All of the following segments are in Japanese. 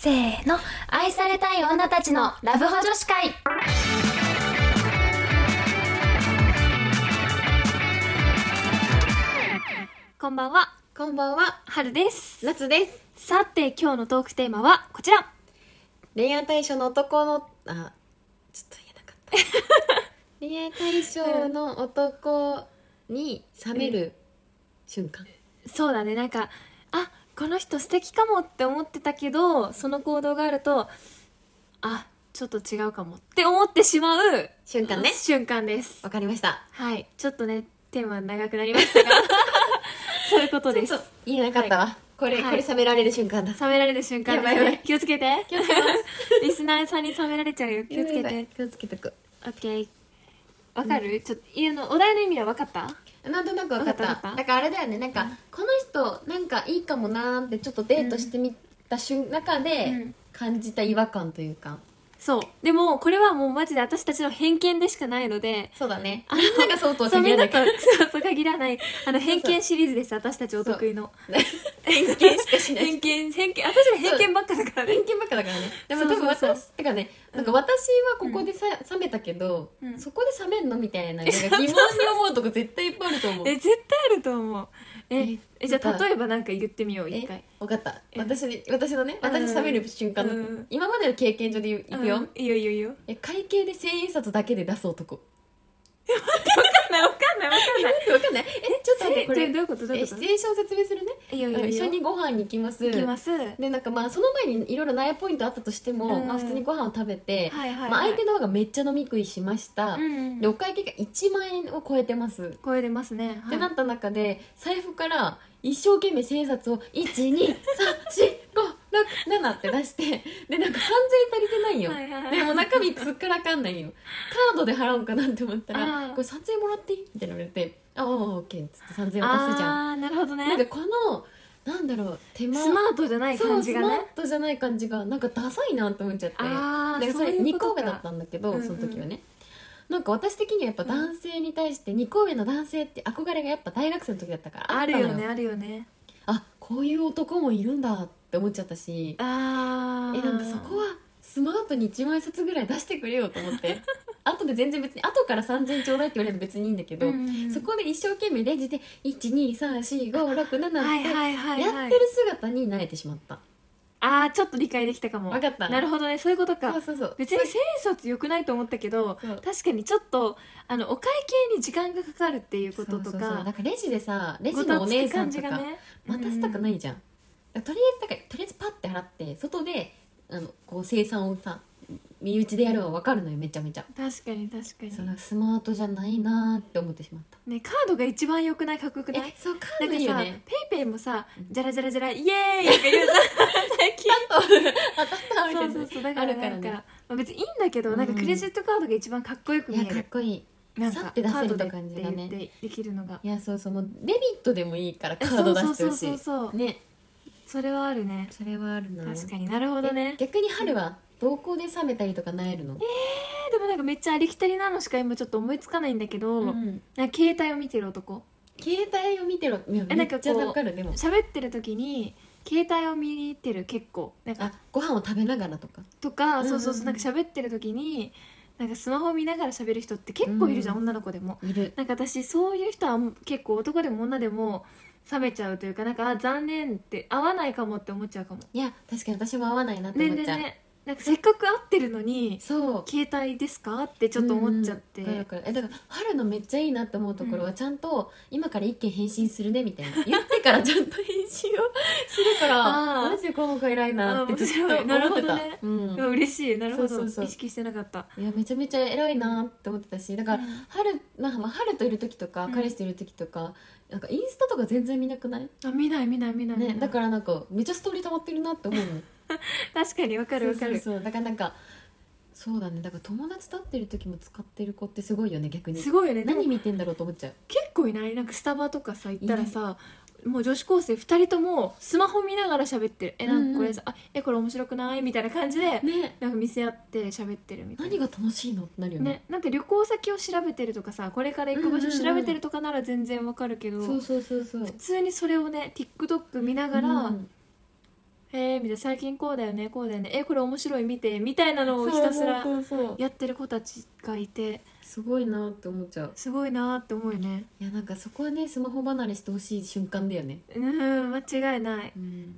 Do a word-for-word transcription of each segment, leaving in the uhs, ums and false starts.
せーの、愛されたい女たちのラブホ女子会。こんばんは。 こんばんは、 春です。 夏です。 さて今日のトークテーマはこちら。 恋愛対象の男のあちょっと言えなかった恋愛対象の男に冷める瞬間。 そうだね、なんかあ、この人素敵かもって思ってたけど、その行動があるとあ、ちょっと違うかもって思ってしまう瞬間ね。 瞬間です。 わかりました。 はい、ちょっとねテーマ長くなりましたがそういうことです。 ちょっと言えなかったわ、はい、これ、はい、これ冷められる瞬間だ。 冷められる瞬間ですね。 やばいやばい、 気をつけて。 気をつけますリスナーさんに冷められちゃうよ。気をつけて。 気をつけてく。 オッケー。わかる、うん、ちょっと家のお題の意味は分かった？ なんとなく分かった。だからあれだよね、なんか、うん、この人なんかいいかもなーってちょっとデートしてみた瞬、うん、中で感じた違和感というか、 そう。でもこれはもうマジで私たちの偏見でしかないので。 そうだね、みんながそうとは限らないから。 そうそう、限らないあの偏見シリーズです。私たちお得意の偏見しかしない。 偏見偏見、私ら偏見ばっかだからね。 偏見ばっかだからね。でも多分私てかね、なんか私はここでさ、うん、冷めたけど、うん、そこで冷めんのみたいな、なんか疑問に思うとこ絶対いっぱいあると思う。 え、絶対あると思う。ええ、じゃあ例えばなんか言ってみよう一回。 分かった。私に私のね、私冷める瞬間の、うん、今までの経験上でいくよ、うん、 いいよいいよいいよ。 え、会計で千円札だけで出す男。 分かんない分かんない分かんない分かんない。え、ちょっと待って、これどういうことどういうこと？ シチュエーション説明するね。いいよいいよ。一緒にご飯に行きます。 行きます。 で、なんかまあその前にいろいろ悩ポイントあったとしても、うん、まあ普通にご飯を食べて、はいはいはい、まあ相手の方がめっちゃ飲み食いしました。うんうん、でお会計がいちまん円を超えてます。 超えてますね。はい、 ってなった中で財布から一生懸命千円札をいちにさんしごろくななって出して、でなんかさんぜんえん足りてないよ。はいはいはい、でも中身すっからかんないよ。カードで払おうかなって思ったら、これさんぜんえんもらっていいみたいな言われて、ああオッケーっつってさんぜんえん渡すじゃん。 ああ、なるほどね。 なんかこのなんだろう、手間、 スマートじゃない感じがね。 スマートじゃない感じがなんかダサいなって思っちゃって。ああ、それにこ上だったんだけど、その時はね、なんか私的にはやっぱ男性に対してにこ上の男性って憧れがやっぱ大学生の時だったからあるよね。あるよね。 あ、こういう男もいるんだって思っちゃったし、あえなんかそこはスマートにいちまん札ぐらい出してくれよと思って後で全然別に後からさんぜんちょうだいって言われると別にいいんだけど、うんうん、そこで一生懸命レジでいちにさんしごろくななってやってる姿に慣れてしまった。 あー、ちょっと理解できたかも。 分かった。 なるほどね、そういうことか。そうそうそう。別に千円札良くないと思ったけど、確かにちょっとあのお会計に時間がかかるっていうこととか、そうそうそう、なんかレジでさ、レジのお姉さんとか待たせたくないじゃん、うん、とりあえずだからとりあえずパッて払って外であのこう生産をさ身内でやるのは分かるのよ、めちゃめちゃ。 確かに確かに。 そのスマートじゃないなって思ってしまったね。カードが一番良くない？かっこよくない？ そう、カードいいよね。 ペイペイもさ、ジャラジャラジャライエーイとか言うじゃん最近当たったみたいな。そうそうそう、だからなんか、 まあ、別にいいんだけど、なんかクレジットカードが一番かっこよく見える。 いや、かっこいい。なんかさって出せる感じがね。 で, できるのが。 いや、そうそう、もうデビットでもいいからカード出してほしい。そうそうそうそうね。それはあるね。 それはあるな。 確かに。なるほどね。 逆に春はどこで冷めたりとかなえるの？えー、でもなんかめっちゃありきたりなのしか今ちょっと思いつかないんだけど、うん、なんか携帯を見てる男。 携帯を見てる。めっちゃわかる。でも喋ってる時に携帯を見てる。結構なんかご飯を食べながらとかとか、そうそうそう、なんか喋ってる時になんかスマホを見ながら喋る人って結構いるじゃん、うん、女の子でもいる。 なんか私そういう人は結構男でも女でも冷めちゃうというか、なんかあ残念って合わないかもって思っちゃうかも。 いや確かに私も合わないなって思っちゃう。ねねね、 なんかせっかく会ってるのにそう携帯ですかってちょっと思っちゃって、うん、 だからえだから春のめっちゃいいなって思うところはちゃんと、うん、今から一件返信するねみたいな言ってからちゃんと返信をするからマジでこの子偉いなってずっと思ってた。 なるほどね、うん、嬉しい。なるほど。そうそうそう、意識してなかった。 いやめちゃめちゃ偉いなって思ってたし、だから、うん、春、まあ、まあ春といる時とか、うん、彼氏といる時とかなんかインスタとか全然見なくない？ あ、見ない見ない見ない、ね、 だからなんかめっちゃストーリー溜まってるなって思うの確かにわかるわかる。 そうそうそう、だからなんかそうだね、だから友達と会ってる時も使ってる子ってすごいよね。逆にすごいよね。 何見てんだろうと思っちゃう。 結構いない？なんかスタバとかさ行ったらさ、もう女子高生ふたりともスマホ見ながら喋ってる。えなんかこれさ、うんうん、あえこれ面白くないみたいな感じで、ね、なんか見せ合って喋ってるみたいな。 何が楽しいのってなるよね。 ね、なんか旅行先を調べてるとかさ、これから行く場所調べてるとかなら全然わかるけど、 そうそうそうそう、 普通にそれをね TikTok 見ながら、うん、 へえみたいな、最近こうだよねこうだよね、えこれ面白い見てみたいなのをひたすらそうそうそうやってる子たちがいて、 すごいなって思っちゃう。 すごいなって思うよね。 いやなんかそこはねスマホ離れしてほしい瞬間だよね。 うん間違いない、 うん、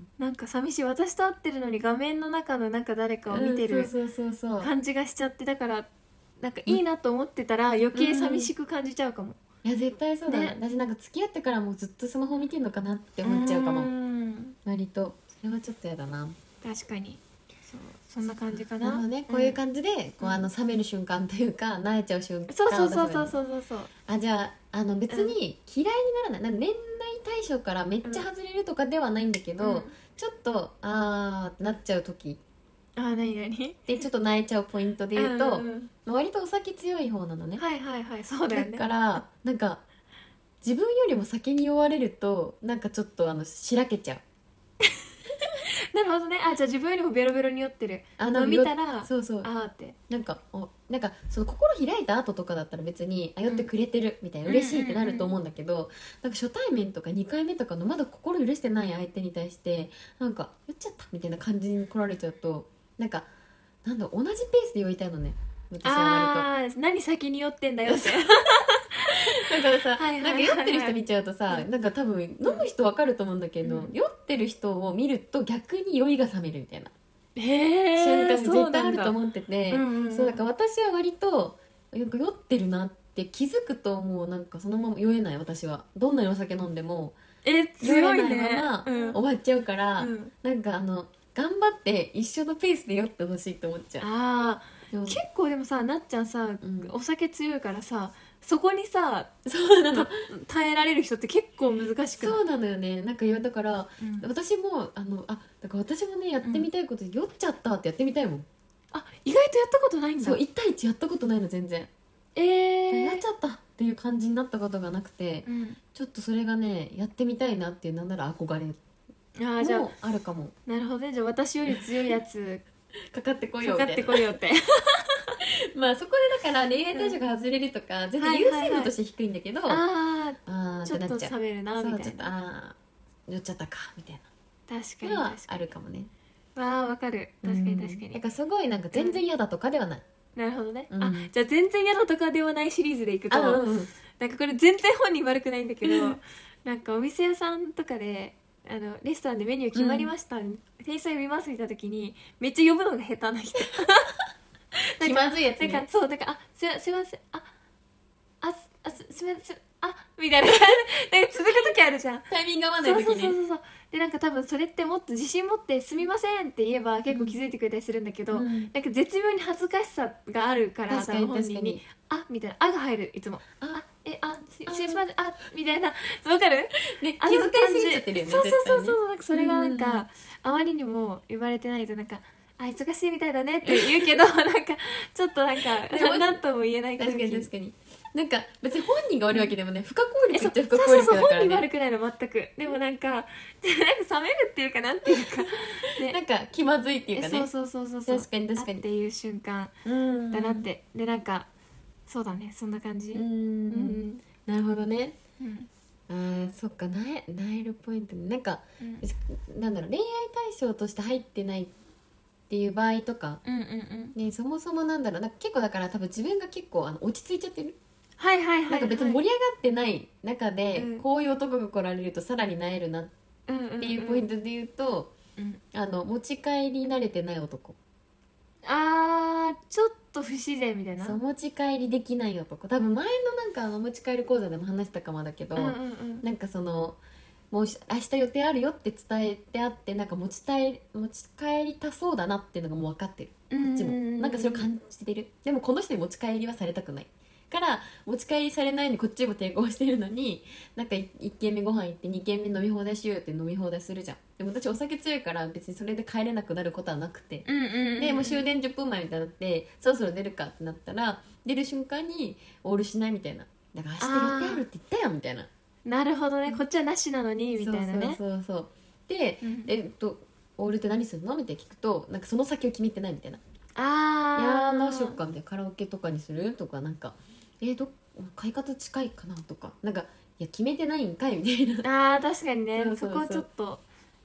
なんか寂しい、私と会ってるのに画面の中のなんか誰かを見てるうんそうそうそうそう感じがしちゃって、だからなんかいいなと思ってたら余計寂しく感じちゃうかも、 いや絶対そうだね。 ね私なんか付き合ってからもうずっとスマホ見てんのかなって思っちゃうかも。 ん割とそれはちょっとやだな。 確かにそう、そんな感じかな。 なるほどね、こういう感じで、こうあの冷める瞬間というか慣れちゃう瞬間そうそうそうを出せばいいの。 そうそうそうそう。 あじゃああの別に嫌いにならない、なんか年内対象からめっちゃ外れるとかではないんだけど、 うんちょっとあーってなっちゃう時あー、なになにでちょっと泣いちゃうポイントで言うと、 んんんまあ割とお酒強い方なのね。 はいはいはい、そうだよね。 だからなんか自分よりも先に酔われるとなんかちょっとあのしらけちゃう。 なるほどね。あ、じゃあ自分よりもベロベロに酔ってるあのを見たら、 そうそう、 あーって。 なんかおなんかその心開いた後とかだったら別にあ酔ってくれてるみたいな、嬉しいってなると思うんだけど、なんか初対面とかにかいめとかのまだ心許してない相手に対してなんか酔っちゃったみたいな感じに来られちゃうと、なんかなんだ同じペースで酔いたいのね私は割と。 あー、何先に酔ってんだよって。 だからさ、 はいはいなんか酔ってる人見ちゃうとさ、なんか多分飲む人わかると思うんだけど、 うん酔ってる人を見ると逆に酔いが冷めるみたいなへ瞬間え、 絶対あると思ってて、 うんうんうんそうだから私は割となんか酔ってるなって気づくともうなんかそのまま酔えない。私はどんなにお酒飲んでもえ、 酔えない強いね。 ままうん終わっちゃうから、 うんなんかあの頑張って一緒のペースで酔ってほしいと思っちゃう。 あでもー、結構でもさ、なっちゃんさ、 んお酒強いからさ、そこにさそうなの耐えられる人って結構難しくない？ そうなのよね。なんか言わだからうん私もあのあだから私もねやってみたいこと、酔っちゃったってやってみたいもん。 あ、意外とやったことないんだ。 そういち対いちやったことないの全然。 えー、 やっちゃったっていう感じになったことがなくて、 うん、 ちょっとそれがねやってみたいなっていう、なんなら憧れあー、じゃもあるかも。 あなるほどね。じゃあ私より強いやつかかってこいよかかみたいな。 ってこいよってまあそこでだから恋愛対象が外れるとか、全然優先度として低いんだけど、 ああーあちょってとっなっちゃう。 冷めるなみそうちょっとたいな。 あー酔っちゃったかみたい確かになのは確かに。 あるかもね。 わあわかる。確かにうん確かに。 だからすごいなんか全然嫌だとかではない。 なるほどね。 うんあ、じゃあ全然嫌だとかではないシリーズでいくと、 あうんうんなんかこれ全然本人悪くないんだけどなんかお店屋さんとかであのレストランでメニュー決まりました、店員さん呼びますみたいな時にめっちゃ呼ぶのが下手な人気まずいやつなんかね。 そうだからあすすいませんああすあすすみませんあみたいな感じで続く時あるじゃん。 タイミング合わないそう時にそうそうそうそうでなんか多分それってもっと自信持って「すみません」って言えば結構気づいてくれたりするんだけど、 うんなんか絶妙に恥ずかしさがあるから確かに多分本人に確かに 「あみたいな「あ」が入るいつも「 ああえあすあすいませんあ」みたいなわかるね気あの遣いすぎちゃってるよね。 そうそうそう絶対ねそうなんかそれがなんか、 うんうんうんあまりにも言われてないとなんか「あ忙しいみたいだね」って言うけどなんかちょっとなんかでも何とも言えない確かにに確かに。なんか別に本人が悪いわけでもね、不可抗えそう力っちゃ不可抗そうそうそう本力だからね。 人悪くないの全くでもなんかなんか冷めるっていうかなんていうか、ね、 なんか気まずいっていうかね。 えそうそうそうそうそう確かに確かにあっていう瞬間うんだなって、でなんかそうだねそんな感じううんんなるほどね。 うんあーそっか、なえナイルポイントね。なんかうんなんだろう、恋愛対象として入ってないっていう場合とかうんうんうんね、そもそもなんだろう、なんか結構だから多分自分が結構あの落ち着いちゃってる。 はいはいはいはいなんか別に盛り上がってない中で、 うんこういう男が来られるとさらになえるなっうんうんうんていうポイントで言うと、 うんあの持ち帰り慣れてない男。 あーちょっと不自然みたいなそう持ち帰りできない男。多分前のなんかあの持ち帰り講座でも話したかもだけど、 うんうんうんなんかそのもうし明日予定あるよって伝えてあって、なんか持ち帰り持ち帰りたそうだなっていうのがもう分かってる。こっちもなんかそれを感じてる。でもこの人に持ち帰りはされたくないから持ち帰りされないようにこっちも抵抗してるのに、なんかいっけんめご飯行ってにけんめ飲み放題しようって飲み放題するじゃん。でも私お酒強いから別にそれで帰れなくなることはなくて、 うんうんうんうんでもう終電じゅっぷんまえみたいになってそろそろ出るかってなったら出る瞬間にオールしないみたいな。だから明日予定あるって言ったよみたいな。 なるほどねこっちはなしなのにみたいなねそうそうそうそうで、 うんえっとオールって何するのみたいな聞くと、なんかその先を決めてないみたいな。いあーやーどうしよっかみたいな。カラオケとかにするとか、なんかえー、ど買い方近いかなとか、なんかいや決めてないんかいみたいな。 あー確かにねそうそうそうそこはちょっと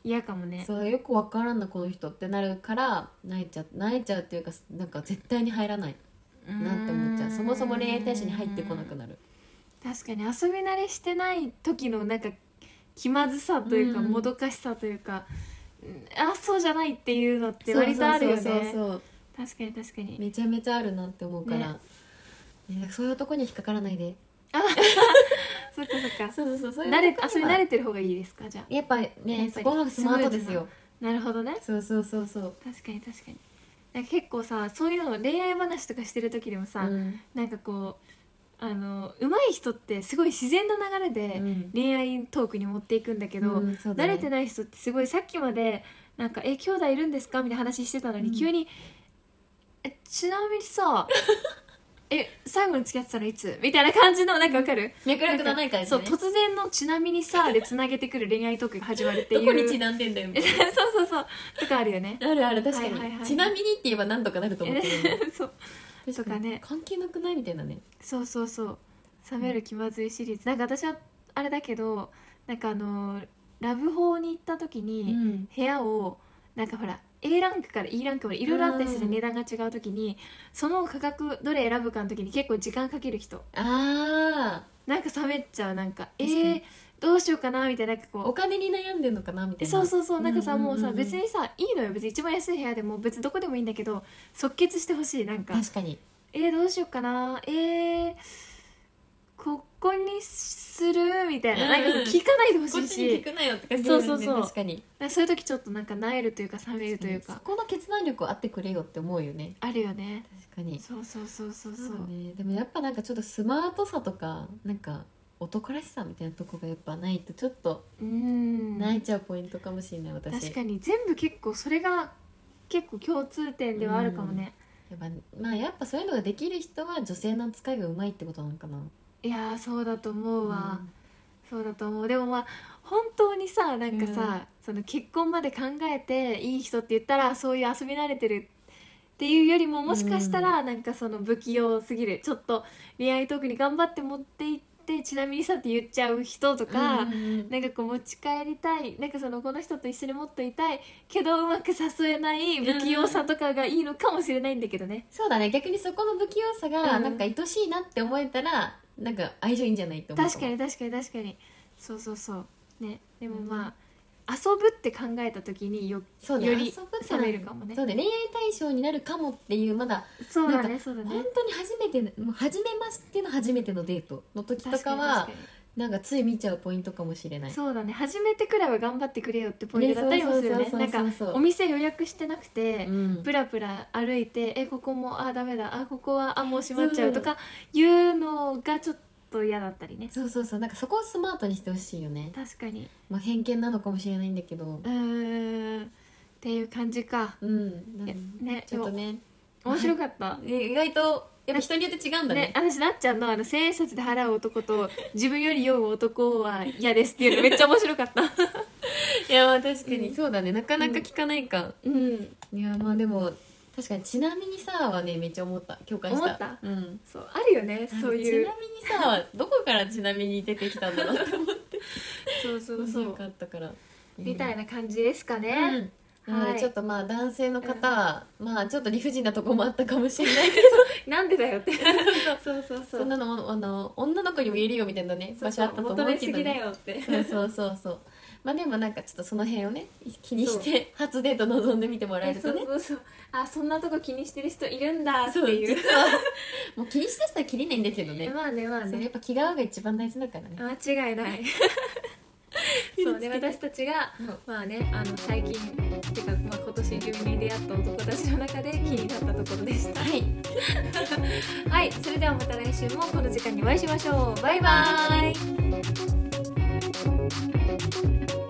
嫌かもね。 そうよくわからんなこの人ってなるから泣いちゃう泣いちゃうっていうかなんか絶対に入らないなって思っちゃう。そもそも恋愛対象に入ってこなくなる。 確かに遊び慣れしてない時のなんか気まずさというか、もどかしさというか、あそうじゃないっていうのって割とあるよね。そうそうそうそう、確かに確かにめちゃめちゃあるなって思うから、ねね、そういうとこに引っかからないで。 あそっかそっか。 そうそうそう、そういう慣れ遊び慣れてる方がいいですか。じゃあやっぱねそこの方がスマートですよ。 なるほどね。 そうそうそうそう、 確かに確かに。なんか結構さそういうの恋愛話とかしてる時でもさ、うん、なんかこうあの上手い人ってすごい自然な流れで恋愛トークに持っていくんだけど、うんうんそうだね、慣れてない人ってすごいさっきまでなんかえ兄弟いるんですかみたいな話してたのに、うん、急にえちなみにさえ最後に付き合ってたのいつみたいな感じのなんかわかる脈絡がないからね。 そう突然のちなみにさでつなげてくる恋愛トークが始まるっていうどこにちなんでんだよみたいなそうそうそうとかあるよね。 あるある確かに、はいはいはい、ちなみにって言えばなんとかなると思ってるそうとかね関係なくないみたいなね。 そうそうそう冷める気まずいシリーズ、なんか私はあれだけどなんかあのラブホに行った時に部屋をなんかほら A ランクから E ランクまでいろいろあったりする値段が違う時にその価格どれ選ぶかの時に結構時間かける人、 あなんか冷めちゃう、なんかえー、どうしようかなみたいな、なんかこうお金に悩んでんのかなみたいな。 そうそうそうなんかさ、もうさ別にさいいのよ、別に一番安い部屋でも別にどこでもいいんだけど即決してほしい。なんか確かにえー、どうしようかなえーここにするみたいな、なんか聞かないでほしいし、こっちに聞くなよって感じだよね。そうそうそう、 確かにそういう時ちょっとなんか萎えるというか冷めるというか、 そこの決断力あってくれよって思うよね。 あるよね。 確かにそうそうそうそうそう、 そうね。でもやっぱなんかちょっとスマートさとかなんか男らしさみたいなとこがやっぱないとちょっと泣いちゃうポイントかもしれない私。 確かに全部結構それが結構共通点ではあるかもね。 やっぱまあやっぱそういうのができる人は女性の扱いがうまいってことなのかな。 いやそうだと思うわ、うん、そうだと思う。でもまあ本当にさなんかさ、うん、その結婚まで考えていい人って言ったらそういう遊び慣れてるっていうよりももしかしたらなんかその不器用すぎる、ちょっと恋愛トークに頑張って持っていってちなみにさって言っちゃう人とか、うんうん、なんかこう持ち帰りたい、なんかそのこの人と一緒にもっといたいけどうまく誘えない不器用さとかがいいのかもしれないんだけどね、うん、 そうだね。逆にそこの不器用さがなんか愛しいなって思えたら、うん、なんか愛情いいんじゃないって思う。 確かに確かに確かにそうそうそうね。でもまあ、うん、遊ぶって考えた時に よ, そう、ね、より冷めるかもね。 そうね、恋愛対象になるかもっていうまだそうだねそうだね。 本当に初めてもう初めましての初めてのデートの時とかはなんかつい見ちゃうポイントかもしれない。 そうだね、初めてくらいは頑張ってくれよってポイントだったりもするよね。なんかお店予約してなくて、うん、プラプラ歩いてえここもあダメだあここはあもう閉まっちゃうとかいうのがちょっと嫌だったりね。 そうそうそう、なんかそこをスマートにしてほしいよね。 確かに、 まあ、偏見なのかもしれないんだけどうーんっていう感じか。 うんね、 ちょっとね面白かった、 意外とやっぱ人によって違うんだね。ね、 私なっちゃんのあの千円札で払う男と自分より酔う男は嫌ですっていうのめっちゃ面白かったいやまあ確かに、うん、そうだね、なかなか聞かないか、 うん、 いやまあでも確かにちなみにさはねめっちゃ思った、共感した。 思った、 うん、 そうあるよねそういう。 ちなみにさはどこからちなみに出てきたんだろうって思ってそうそうそうよかったからみたいな感じですかね、 うん、はい、ちょっとまあ男性の方は、うん、まあちょっと理不尽なとこもあったかもしれないけどなんでだよってそうそうそう、 そんなのあの女の子にもいるよみたいなね場所あったと思うけど、ね、 求めすぎだよってそうそうそうそうまあでもなんかちょっとその辺をね気にして初デート望んでみてもらえるとね、 そうそうそう、あそんなとこ気にしてる人いるんだっていう実はもう気にしだしたらきりないんだけどねまあねまあねやっぱ気が合うが一番大事だからね。 間違いないそうね、私たちが、うん、まあねあの最近てか、まあ、今年中に出会った男たちの中で気になったところでした。はいはい、それではまた来週もこの時間にお会いしましょう。バイバーイ。